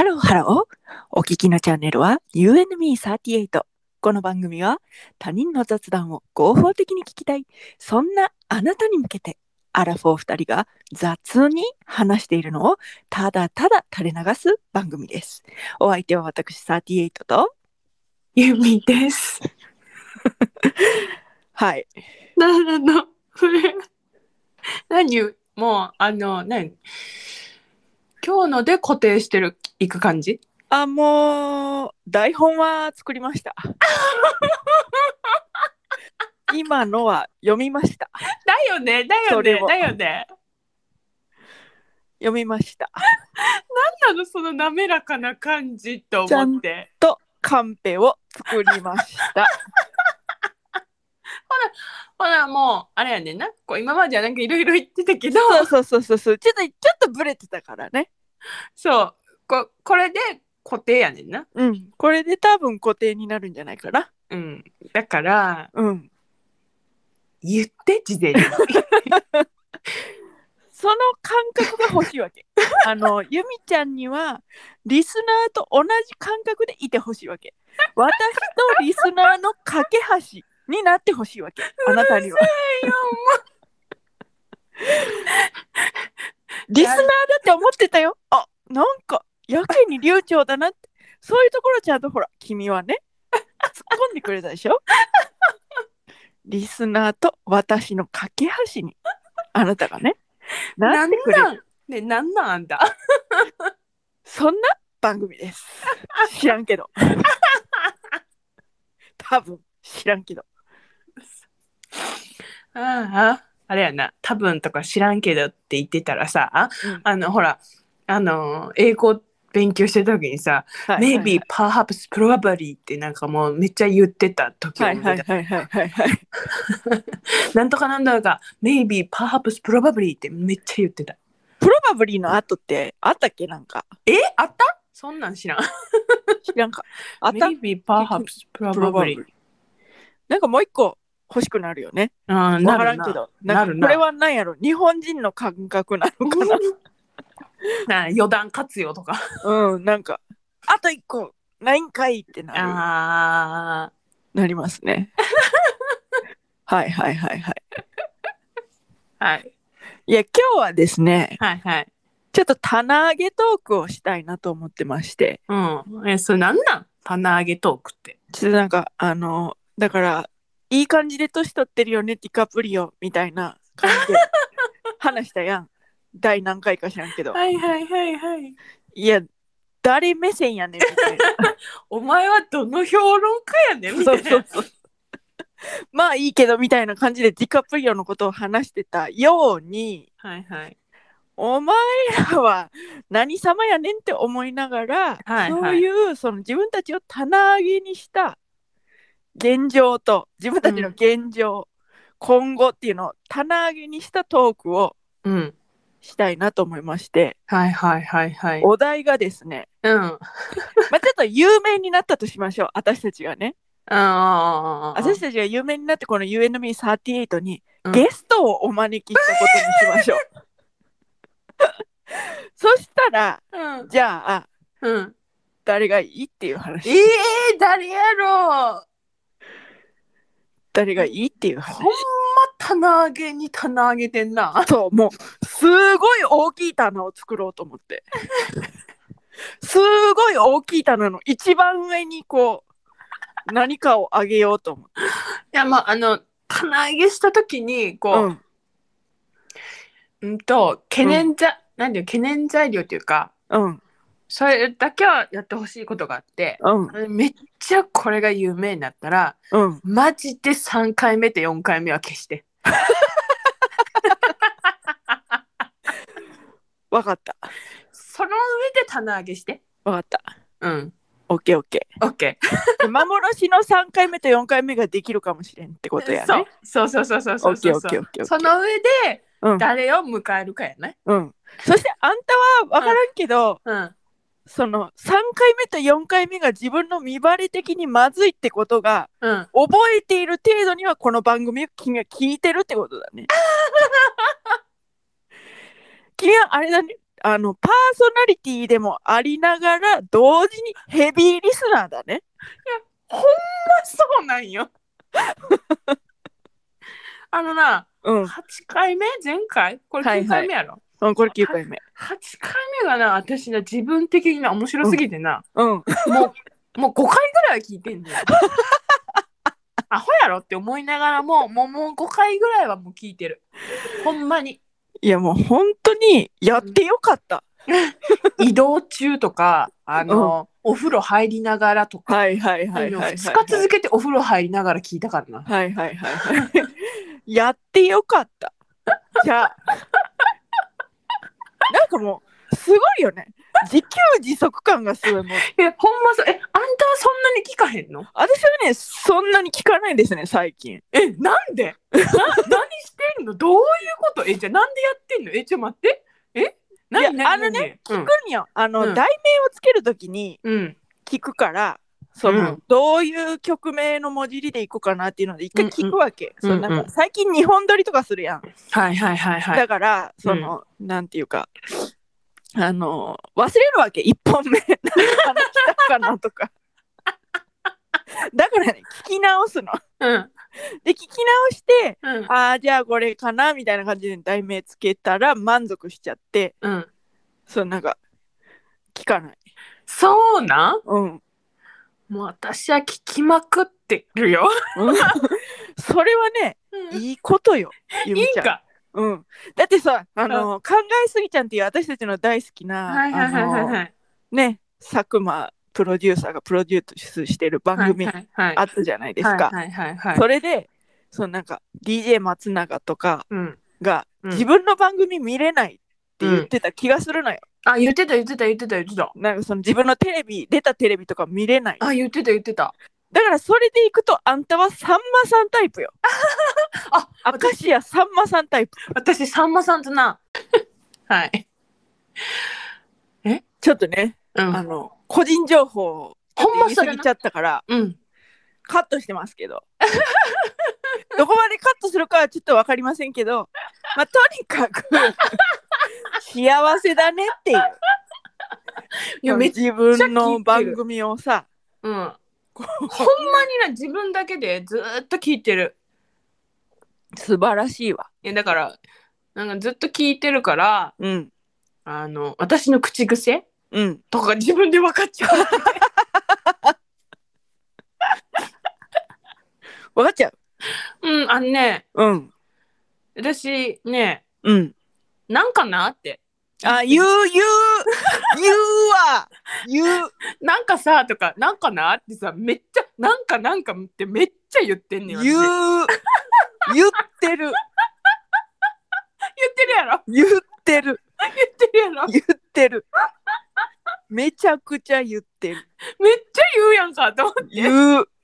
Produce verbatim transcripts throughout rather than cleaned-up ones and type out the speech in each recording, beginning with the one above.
ハローハロー。お聞きのチャンネルは ユーエヌミーサーティエイト。この番組は他人の雑談を合法的に聞きたい、そんなあなたに向けて、アラフォーふたりが雑に話しているのをただただ垂れ流す番組です。お相手は私サーティエイトとゆみです。 はい。 ななのそれ何もうあの何今日ので固定してるいく感じ？ あ、もう台本は作りました。今のは読みました。 だよねだよねだよね。 読みました。 何なのその滑らかな感じと思って。 ちゃんとカンペを作りました。 ほらほらもうあれやねんな。こう今まではなんかいろいろ言ってたけど、 そうそうそうそうそう、ちょっとちょっとブレてたからね。 そうここれで固定やねんな。 うん、これで多分固定になるんじゃないかな。 うん、だからうん言って事前にその感覚が欲しいわけ。あのゆみちゃんにはリスナーと同じ感覚でいてほしいわけ。私とリスナーの架け橋になってほしいわけ。あなたにはリスナーだって思ってたよ。あ、なんかやけに流暢だなって。そういうところちゃんとほら君はね突っ込んでくれたでしょ。リスナーと私の架け橋にあなたがねなってくれる。 なんなんね、なんなんあんたそんな番組です。知らんけど多分知らんけどあああれやな、多分とか知らんけどって言ってたらさ、うん、あのほらあの英語勉強してた時にさ、はいはいはい、maybe perhaps probably ってなんかもうめっちゃ言ってた時を見てた。はいはいはいはいはいなんとかなんだか maybe perhaps probably ってめっちゃ言ってた。 プロバブリーの後ってあったっけ？なんかえあった？そんなん知らん知らんか。あった？ maybe perhaps probably なんかもう一個欲しくなるよね。 わからんけど、なんかこれは何やろ、日本人の感覚なのかな余談活用とかうん、なんかあと一個ないんかいってなる。 あなりますねはいはいはいはいはいいや今日はですね、 はいはいちょっと棚上げトークをしたいなと思ってまして。 うん。え、それなんなん？棚上げトークって。 ちょっとなんかあのだからいい感じで年取ってるよねディカプリオみたいな感じで話したやん。第何回か知らんけど。 はいはいはいはい。 いや誰目線やねんみたいな。 お前はどの評論家やねんみたいな。そうそうそう。 まあいいけどみたいな感じでディカプリオのことを話してたように、 はいはい。 お前らは何様やねんって思いながら、はいはい、そういうその自分たちを棚上げにした現状と自分たちの現状、うん、今後っていうのを棚上げにしたトークをしたいなと思いまして、 うん、はいはいはいはい。 お題がですね、うん、まあちょっと有名になったとしましょう。私たちがね、あ私たちが有名になってこの ユーエヌミーサーティエイト にゲストをお招きしたことにしましょう、うん、そしたら、うん、じゃあ、うん、誰がいいっていう話。 えー、誰やろう。 誰がいいっていう話。 ほんま棚上げに棚上げてんな。 そう、もうすごい大きい棚を作ろうと思ってすごい大きい棚の一番上にこう何かをあげようと思って。いやまああの棚上げした時にこう、うんうんと懸念じゃ、うん、なんていう懸念材料っていうか、うん、それだけはやってほしいことがあって、うん、めっちゃこれが有名になったら、うん、マジでさんかいめとよんかいめは消してわかった。 その上で棚上げして。 わかった。 うん。 オッケーオッケー。オッケー。幻のさんかいめとよんかいめができるかもしれんってことやね。 そうそうそうそうそうそうそう。その上で誰を迎えるかやね。 うん。そしてあんたは分からんけど、うんうん、そのさんかいめとよんかいめが自分の見張り的にまずいってことが、うん、覚えている程度にはこの番組を君は聞いてるってことだね。君はあれだね。 あのパーソナリティでもありながら同時にヘビーリスナーだね。いやほんまそうなんよ。あのな、うん、はちかいめ前回これきゅうかいめやろ、 はいはい、これきゅうかいめ。 はちかいめがな、私な自分的にな面白すぎてな、うん、うん、もうもうごかいぐらいは聞いてんだよ。アホやろって思いながらももうもうごかいぐらいはもう聞いてる。ほんまに。 いやもう本当にやってよかった。 移動中とかあの、うん、お風呂入りながらとか、 はいはいはいはい、はい、 ふつか続けてお風呂入りながら聞いたからな。 はいはいはいはい。やってよかった。じゃあなんかもうすごいよね。自給自足感がすごい。もういやほんまそう。え、あんたはそんなに聞かへんの？ 私はねそんなに聞かないですね最近。 え、なんで？な何してんの？どういうこと？え、じゃあなんでやってんの？え、ちょ待って。え、何何あのね、聞くんよ。あの、うん、題名をつけるときに聞くから、うん、その、うん、どういう曲名の文字入りでいこうかなっていうので一回聞くわけ。うんうん、そのなんか最近日本撮りとかするやん。 はいはいはいはい。 だからその、うん、なんていうか。あの忘れるわけいっぽんめ何話したかなとかだからね聞き直すの、うん、で聞き直して、うん、ああじゃあこれかなみたいな感じで題名つけたら満足しちゃって、うん、そうなんか聞かない。 そうなん？ うん。 もう私は聞きまくってるよ、 うん、それはね、うん、いいことよ。ゆみちゃんいいか。うん、だってさあの、うん、考えすぎちゃんっていう私たちの大好きなね佐久間プロデューサーがプロデュースしてる番組あったじゃないですか。それでそのなんか ディージェー 松永とかが、うん、自分の番組見れないって言ってた気がするのよ、 うん、あ言ってた言ってた言ってた言ってた。 なんかその自分のテレビ出たテレビとか見れない。 あ言ってた言ってた。 だからそれでいくとあんたはさんまさんタイプよ。あ、明石家さんまさんタイプ。 私さんまさんとなはい。 えちょっとね、うん、あの個人情報を言い過ぎちゃったから、うん、カットしてますけどどこまでカットするかはちょっと分かりませんけど、まあ、とにかく幸せだねっていう。いや自分の番組をさ、 うん、ほんまにな自分だけでずっと聞いてる。 素晴らしいわ。 いやだからなんかずっと聞いてるから、うん、あの私の口癖、うん、とか自分で分かっちゃう。 分かっちゃう。 うん、あのね、うん、私ね、うん、なんかなって。 あ、言う言う言うわ言うなんかさとかなんかなってさめっちゃなんかなんかってめっちゃ言ってんねん。 言う言ってる言ってるやろ言ってる言ってるやろ言ってるめちゃくちゃ言ってる。 めっちゃ言うやんかと思って。 言う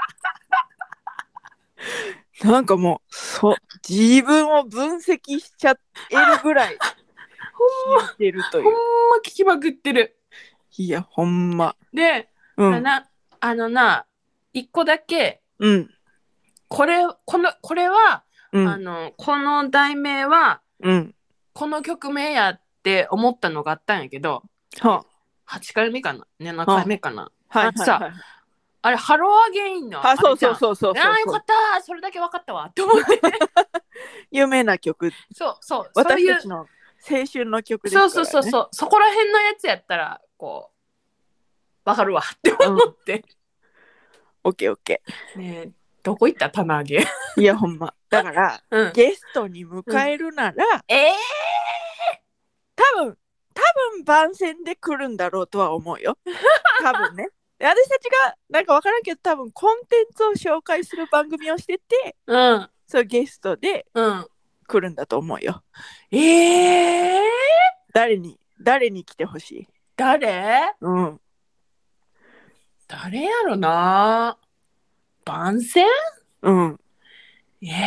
なんかもうそ自分を分析しちゃえるぐらい聞いてるという。 ほんま聞きまくってる。 いやほんまで、うん、なあのな一個だけ、うん、これこのこれは、うん、あのこの題名は、うん、この曲名やって思ったのがあったんやけど、はあ、はちかいめかなななかいめかな、はあ、はいはいはい、あれハローアゲインのあそうそうそうそうそう。 ああよかったそれだけ分かったわって思って有名な曲。 そうそう私たちの青春の曲ですからね。 そうそうそうそうそこら辺のやつやったらこう分かるわって思って、うん、 オッケーオッケーねえどこ行った棚上げいやほんまだから、うん、ゲストに迎えるなら、うん、えー多分多分番宣で来るんだろうとは思うよ多分ね。私たちがなんか分からんけど多分コンテンツを紹介する番組をしてて、うん、そうゲストで来るんだと思うよ。えー、誰に誰に来てほしい？ 誰？うん。誰やろな。番宣？うん。えー、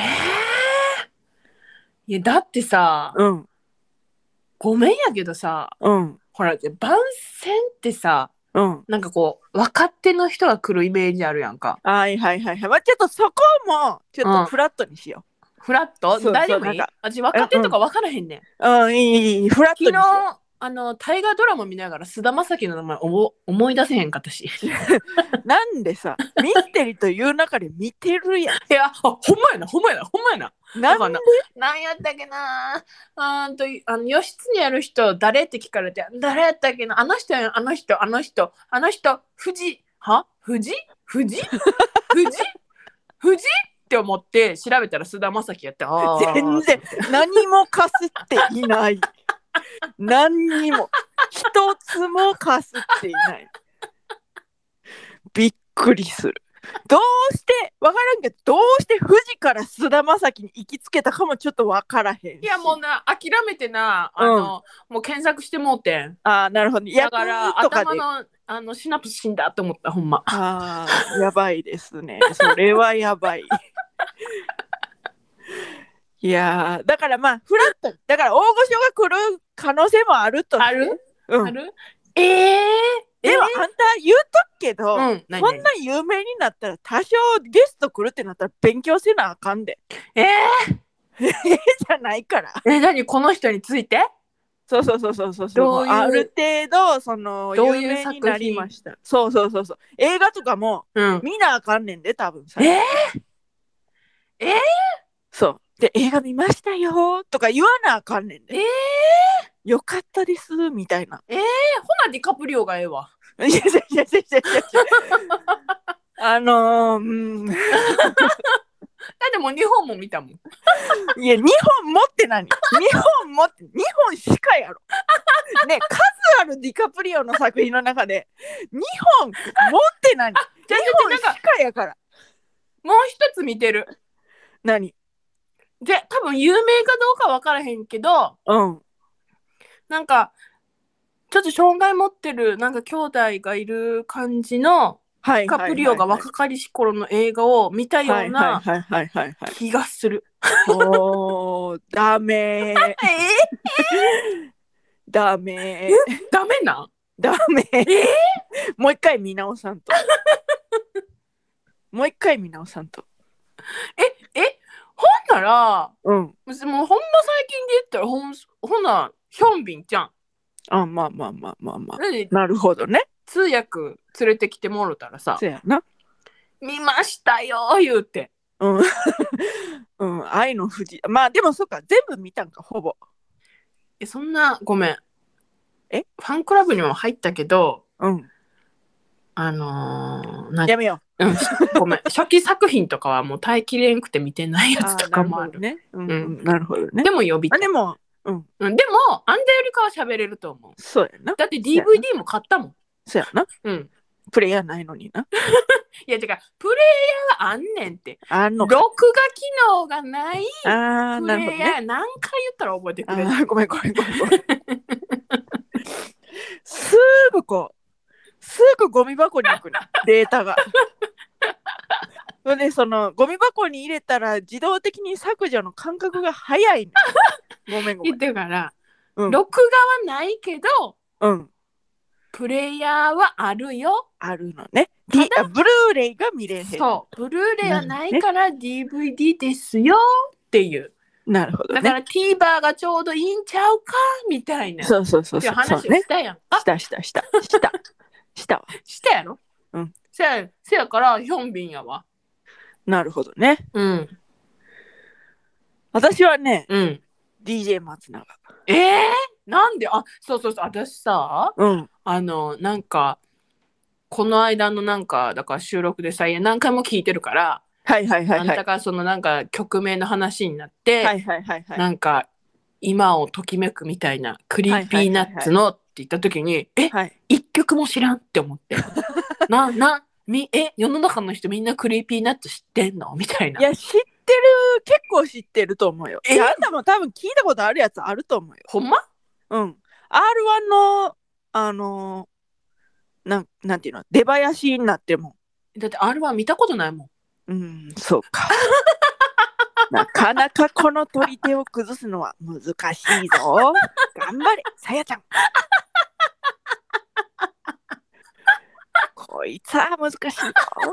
いやだってさ、うん、ごめんやけどさ、うん、ほら番宣ってさ、うん、なんかこう若手の人が来るイメージあるやんか。 はいはいはいはい、まあ、ちょっとそこもちょっとフラットにしよう、 うん、フラット大丈夫いい？私若手とか分からへんねん。 うん、うん、いいいいフラットにしよう。 あの大河ドラマ見ながら菅田将暉の名前思思い出せへんかったし。 なんでさ、ミステリーという中で見てるやん。 いや、あ、ほんまやな、ほんまやな、ほんまやな。 なんでなんやったっけなあんとあの義経やる人誰って聞かれて、誰やったっけな、あの人やん、あの人あの人あの人藤は藤藤藤藤って思って調べたら菅田将暉やって、あ全然何もかすっていない何にも一つもかすっていない。びっくりする。どうして分からんけど、どうして富士から菅田将暉に行きつけたかもちょっと分からへんし。 いやもうな、諦めてな、あの、うん、もう検索してもうてん。 ああ、なるほど。 だから頭のあのシナプス死んだと思った、ほんま。 ああ、やばいですね。それはやばい。いやだからまあフラットだから大御所が来る可能性もあるとして。 ある、 うん、 あるえー、 でも、えー、あんた言うとくけど、うん、そんな有名になったら多少ゲスト来るってなったら勉強せなあかんで。 えー、 えー、じゃないから。 え、何この人について？ そうそうそうそうそうそう。ある程度その有名になりました。そうそうそうそう。映画とかも、うん、見なあかんねんで多分さ。 えー、えー、 そうで映画見ましたよとか言わなあかんねんで。 えー、 よかったですみたいな。 えー、ほなディカプリオがええわ。 いやいやいやいやいやあのー、うんだってもうにほんも見たもん。 いやにほんもって何？にほんもってにほんしかやろ。ね、数あるディカプリオの作品の中でにほんもって何？にほんしかやから。 もう一つ見てる。 何？ で多分有名かどうか分からへんけど、 うん、 なんかちょっと障害持ってるなんか兄弟がいる感じのディカプリオが若かりし頃の映画を見たような気がする。 おー、ダメー。 えダメー。ダメな？ ダメー。 えー、 もう一回見直さんと。もう一回見直さんと。 え、え、ほんなら、 うん。 もうほんま最近で言ったらほん、ほな、ヒョンビンちゃん。 あ、まあまあまあまあまあ。なるほどね。 通訳連れてきてもろたらさ、 そうやな。 見ましたよ言うて。 うん。うん、愛の不時。まあでもそっか、全部見たんか、ほぼ。 え、そんな、ごめん。 え？ ファンクラブにも入ったけど、 うん。 あのー、 やめよう。うん、ごめん。初期作品とかはもう耐えきれんくて見てないやつとかもある。 なるほどね。うん、うん、なるほどね。 でも呼びたい。 あ、でも、うん。 うん、でも、あんたよりかは喋れると思う。 そうやな。 だって ディーブイディー も買ったもん。 そうやな。 うん。 プレイヤーないのにな。 いや、てか、プレイヤーはあんねんって。 あんの録画機能がないあプレイヤー、 ね、 何回言ったら覚えてくれる。 あ、ごめんごめんごめんごめん。すぐこう、すぐゴミ箱に行くね、データが。で、そのゴミ箱に入れたら自動的に削除の感覚が早い、ね、ごめんごめん。 だから、 うん、 録画はないけど、 うん、 プレイヤーはあるよ。 あるのね。あ、ブルーレイが見れへん。 そう、ブルーレイはないから ディーブイディー ですよっていう。 なるほどね。 だから TVer がちょうどいいんちゃうかみたいな。 そうそうそうそう。 話をしたやん。 ね、したしたしたしたしたわ。 したやろ。 うん。 せやせやからヒョンビンやわ。 なるほどね。 うん。 私はね、 うん、 ディージェー 松永。 えー、なんで？あ、そうそうそう、私さ、 うん、 あのなんかこの間のなんかだから収録でさ、いや何回も聞いてるから、 はいはいはいはい、 あんたがそのなんか曲名の話になって、 はいはいはいはい、 なんか今をときめくみたいなクリーピーナッツのって言った時に、え、はい、一曲も知らんって思って。ななみえ世の中の人みんなクリーピーナッツ知ってんのみたいな。 いや知ってる、結構知ってると思うよ。え、あんたも多分聞いたことあるやつあると思うよ。 ほんま？ うん。アールワン のあのー、なんなんていうの、出囃子になっても。 だって アールワン 見たことないもん。 うん、そうか。なかなかこの取り手を崩すのは難しいぞ。頑張れ、さやちゃん。こいつは難しいぞ。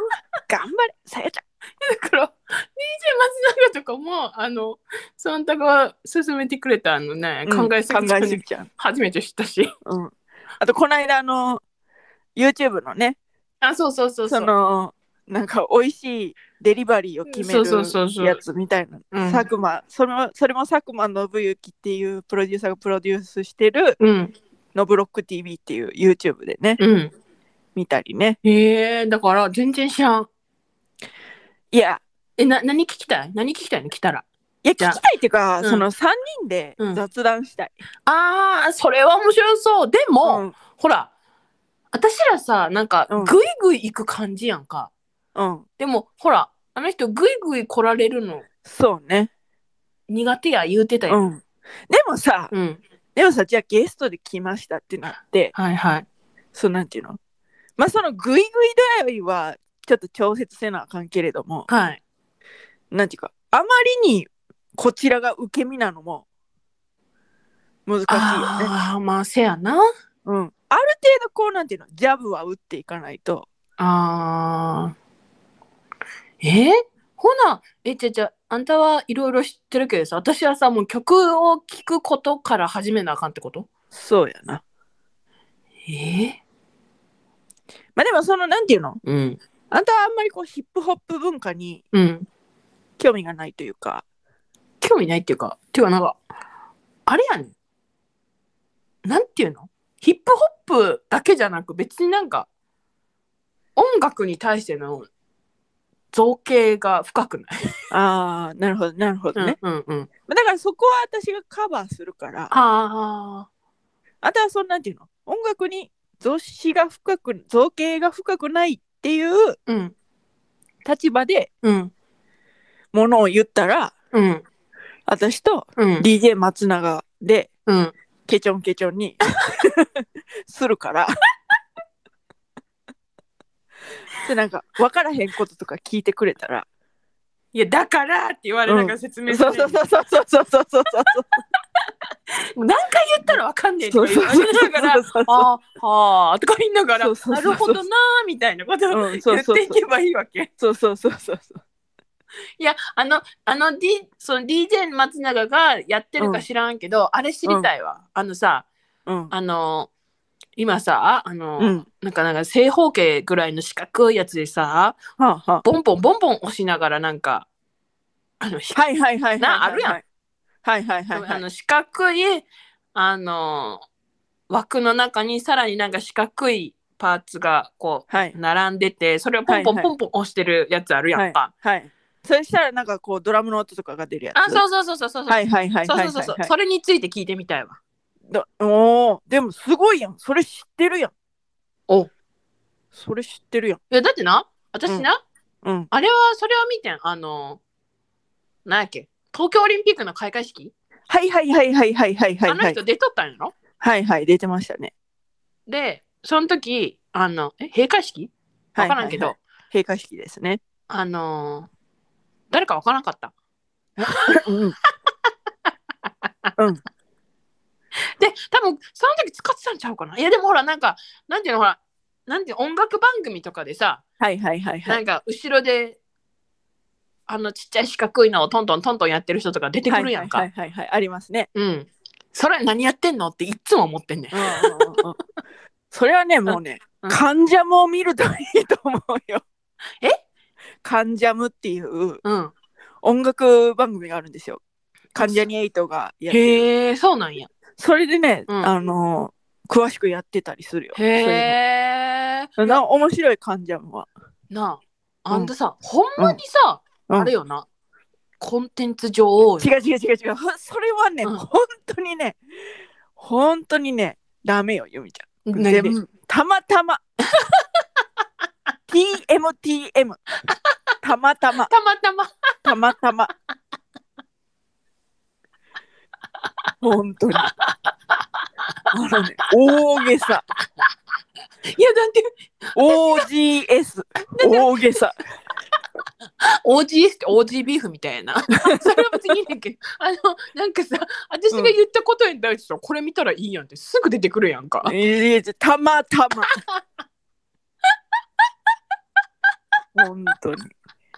頑張れさやちゃん。 だから ディージェー 松永とかもあのそんたが勧めてくれたあのね、うん、考えすぎちゃん、考えすぎちゃん初めて知ったし、 うん、あとこの間あの YouTube のね、 あそうそうそうそう、 そのなんか美味しいデリバリーを決めるやつみたいな、佐久間、それそれも佐久間信行っていうプロデューサーがプロデュースしてる、うん、ノブロック ティーブイ っていう YouTube でね、うん、見たりね。 へえ、だから全然知らん。 いや、 え、な、何聞きたい何聞きたいの来たら。 いや、聞きたいっていうか、うん、そのさんにんで雑談したい。うん、 ああ、それは面白そう。でも、うん、ほら、私らさ、なんか、ぐいぐい行く感じやんか。うん。でも、ほら、あの人、ぐいぐい来られるの。 そうね。 苦手や言うてたよ。うん、 でもさ、うん、でもさ、じゃあゲストで来ましたってなって、 はいはい。 そう、なんていうの、まあ、そのぐいぐいだよは、ちょっと調節せなあかんけれども、はい。なんていうか、あまりにこちらが受け身なのも難しいよね。 ああ、まあせやな。 うん。ある程度こうなんていうの、ジャブは打っていかないと。 ああ。えー、ほな、え、じゃじゃあんたはいろいろ知ってるけどさ、私はさ、もう曲を聴くことから始めなあかんってこと？ そうやな。 えー、 まあでもそのなんていうの、うん、あんたはあんまりこうヒップホップ文化に興味がないというか、 うん、興味ないっていうか、っていうかなんかあれやねん。なんていうの？ヒップホップだけじゃなく別になんか音楽に対しての造形が深くない？ ああ、なるほどなるほどね。うんうんうん、だからそこは私がカバーするから。ああ。あとはそんなんていうの？音楽に造詞が深く、造形が深くないっていう立場でものを言ったら、うん、私と ディージェー 松永で、うん、ケチョンケチョンにするから。でなんか分からへんこととか聞いてくれたら、 いやだからって言われながら説明する、うん、そうそうそうそうそうそうそうもう何回言ったら分かんねえとか言われながら、ああはあとか言いながら、なるほどなーみたいなことを言っていけばいいわけ。 そうそうそうそうそう。 いやあのあの、D、その ディージェー 松永がやってるか知らんけど、うん、あれ知りたいわ、うん、あのさ、うん、あの今さあの、うん、なんかなんか正方形ぐらいの四角いやつでさ、はあはあ、ボンボンボンボン押しながらなんかあのはいはいはいなあるやん。 はいはいはい、はい、 あの四角いあの枠の中にさらになんか四角いパーツがこう、はい、並んでて、それをポンポンポンポン押してるやつあるやんか。 はい、はい、それしたらなんかこうドラムの音とかが出るやつ。 あ、そうそうそうそうそう。 はいはいはいはいはい、はい、 そうそうそう。それについて聞いてみたいわ。 だおでもすごいやん。それ知ってるやん。おそれ知ってるやん。 いやだってな、私な、うん、うん、あれはそれを見てん、あのなんやっけ、東京オリンピックの開会式。 はいはいはいはいはいはいはい。 あの人出とったんやろ。 はいはい、出てましたね。でその時あのえ閉会式分からんけど、はいはいはい、 閉会式ですね。 あのー、誰か分からなかった。うん、うん、で多分その時使ってたんちゃうかな。いやでもほらなんかなんていうの、ほらなんていう音楽番組とかでさ、 はいはいはいはい、 なんか後ろであのちっちゃい四角いのをトントントントンやってる人とか出てくるやんか。 はいはいはいはい、はい、ありますね。 うん。それ何やってんのっていつも思ってんねん。うんうんうん、それはねもうね、うん、カンジャムを見るといいと思うよ。 え？ カンジャムっていう、うん、音楽番組があるんですよ。関ジャニエイトがやってる。 へえ、そうなんや。 それでね、うん、あの詳しくやってたりするよ。へえ。な面白いカンジャムは。 なあ、あんたさ、うん、ほんまにさ、うん、あれよな、コンテンツ女王。 違う違う違う違う。それはね、うん、本当にね、本当にね、ダメよ、ゆみちゃん。全部たまたま。ティーエムティーエム。たまたま。 たまたま。 たまたま。本当に。あのね、大げさ。 いや、だって。 オージーエス。大げさ。 オージーエス って オージー ビーフみたいな。それは別にいいねんけど、あの、なんかさ、私が言ったことに対して、うん、これ見たらいいやんってすぐ出てくるやんか。 えー、たまたま。 本当に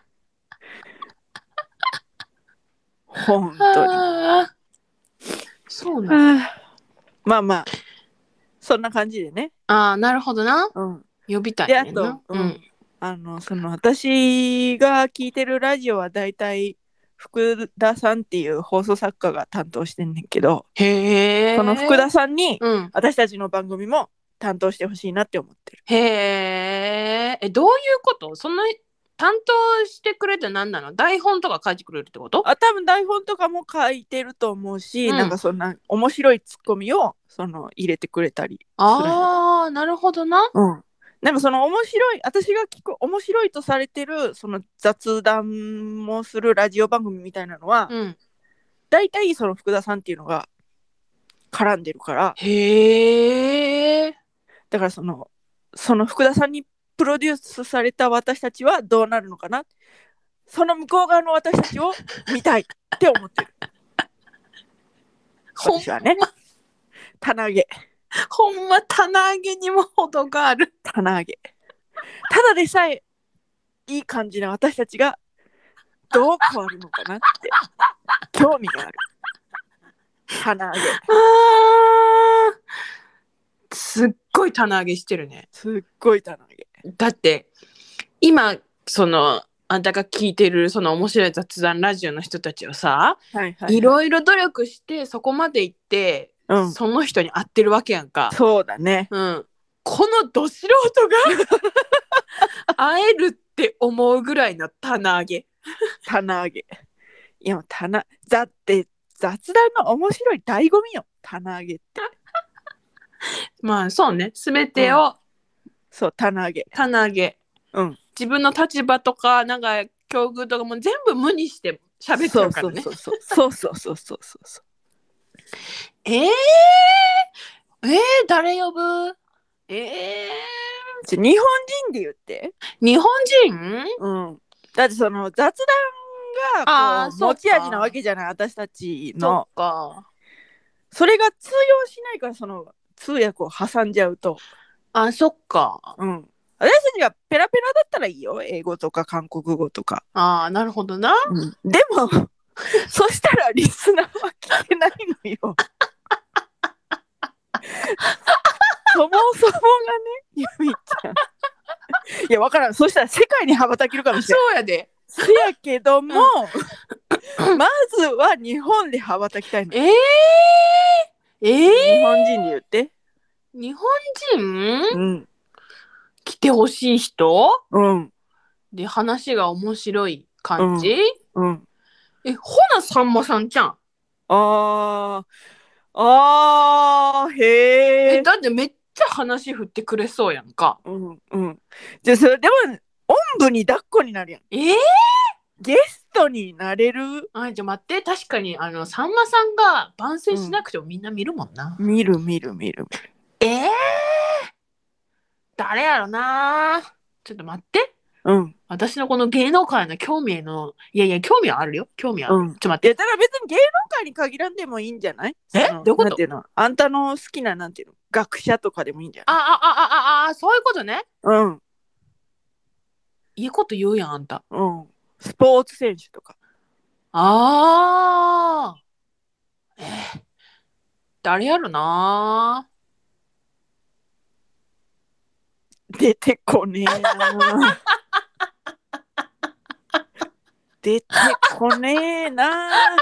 本当にそうなんだ。 まあまあそんな感じでね。 ああ、なるほどな。 うん、 呼びたいであねんな。 と、うん、あのその私が聞いてるラジオはだいたい福田さんっていう放送作家が担当してんねんけど、 へえ。 その福田さんにうん。 私たちの番組も担当してほしいなって思ってる。 へえ。え、どういうこと？その担当してくれて何なの？台本とか書いてくれるってこと？ あ、多分台本とかも書いてると思うし、 うんなんかそんな面白いツッコミをその入れてくれたりする。 ああ、なるほどな。 うん。でもその面白い、私が聞く面白いとされてるその雑談もするラジオ番組みたいなのは、 うん。 大体その福田さんっていうのが絡んでるから、 へえ。 だからそのその福田さんにプロデュースされた私たちはどうなるのかな、その向こう側の私たちを見たいって思ってる。私はね、棚上げ。 ほんま棚上げにも程がある。 棚上げ。ただでさえいい感じな私たちがどう変わるのかなって興味がある。棚上げ。 あー、すっごい棚上げしてるね。 すっごい棚上げ。 だって今そのあんたが聞いてるその面白い雑談ラジオの人たちをさ、はいはいはい、いろいろ努力してそこまで行って、うん、その人に会ってるわけやんか。 そうだね、 うん、このど素人が会えるって思うぐらいの棚上げ。 棚上げ。いや棚だって雑談の面白い醍醐味よ、棚上げってまあそうね、すべてを、 うん、そう棚上げ棚上げ、 うん、 自分の立場とかなんか境遇とかも全部無にして喋ってるからね。 そうそうそうそうそうそうそうそうえー、えー、誰呼ぶ？えー、じゃ日本人で言って。 日本人？ うん。だってその雑談がこう持ち味なわけじゃない、私たちの。 そっか。 それが通用しないから、その通訳を挟んじゃうと。 あ、そっか。 うん。私たちがペラペラだったらいいよ、英語とか韓国語とか。 ああ、なるほどな。 うん、でもそしたらリスナーは聞けないのよ。そもそもがね、ゆみちゃん。いや、わからん。そしたら世界に羽ばたけるかもしれない。 そうやで。 せやけども、うん、まずは日本で羽ばたきたいの。 えー、えー、 日本人で言って。 日本人？ うん。来てほしい人？ うん。 で、話が面白い感じ？ うん。うん、 え、ほなさんまさんちゃん。 あー。あー、へー。 え、だってめっちゃ話振ってくれそうやんか。 うんうん。じゃあそれでもおんぶに抱っこになるやん。 えー、 ゲストになれる？ あ、じゃあ待って、確かにあのさんまさんが番宣しなくてもみんな見るもんな。 うん、見る見る見る見る。 えー、誰やろな。ちょっと待って。 うん。 私のこの芸能界の興味への、いやいや興味はあるよ。興味はある。うん、ちょっと待って。 いやだから別に芸能界に限らんでもいいんじゃない？ え？どういうこと？ なんていうの？あんたの好きななんていうの？学者とかでもいいんじゃない？ ああああああ、そういうことね。 うん。 いいこと言うやん、あんた。 うん。スポーツ選手とか。 ああ。えー、誰やろな。 出てこねえな。出てこねえな。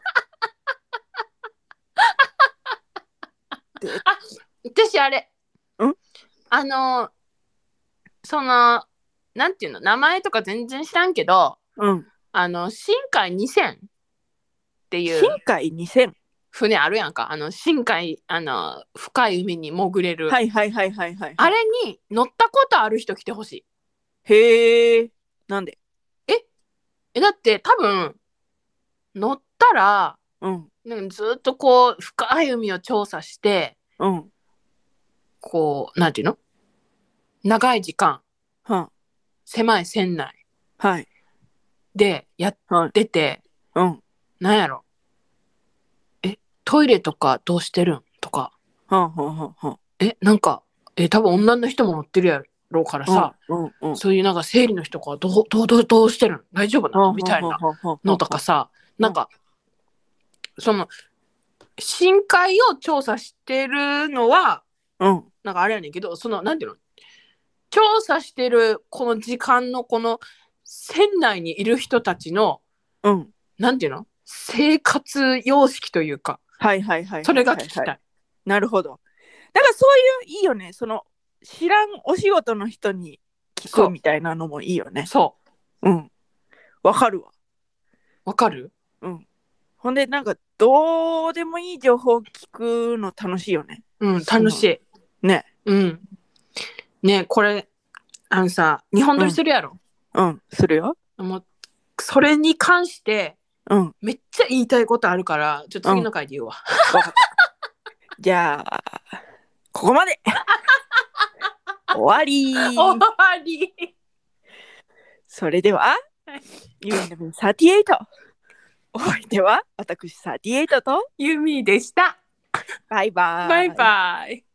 あ、私あれ。 ん？あの、その、なんていうの、名前とか全然知らんけど、 うん。 あの、深海にせんっていう。 深海にせん？ 船あるやんか。あの、深海、あの、深い海に潜れる。 はいはいはいはいはい、はい。 あれに乗ったことある人来てほしい。 へえ。なんで？ ええ、だって多分、乗ったら、 うん。 なんかずっとこう、深い海を調査して、 うん。 こう、なんていうの？長い時間、 はあ、 狭い船内、 はい、 でやってて、はい、うん、なんやろ、え、トイレとかどうしてるんとか、 はあはあはあ、 え、なんか、え、多分女の人も乗ってるやろうからさ、 うんうんうん、 そういうなんか生理の日とかどうどうどうどうしてるの大丈夫なのみたいなのとかさ、なんかその深海を調査してるのは、うん、なんかあれやねんけど、そのなんていうの、調査してるこの時間のこの船内にいる人たちの、うん、なんていうの、生活様式というか、 はいはいはい、 それが聞きたい。 なるほど。だからそういういいよね。その知らんお仕事の人に聞くみたいなのもいいよね。 そう。 うん。わかるわ。 わかる？ うん。ほんでなんかどうでもいい情報聞くの楽しいよね。 うん、楽しい。 ね。 うん。ね、これあのさ、日本撮りするやろ。 うん、うん、するよ。 もうそれに関して、うん、めっちゃ言いたいことあるから、ちょっと次の回で言うわ。 うん、じゃあここまで終わり終わり。 それでは ユーエヌビーさんじゅうはち お相手は私さんじゅうはちとユミでした。 バイバイ。 バイバイ。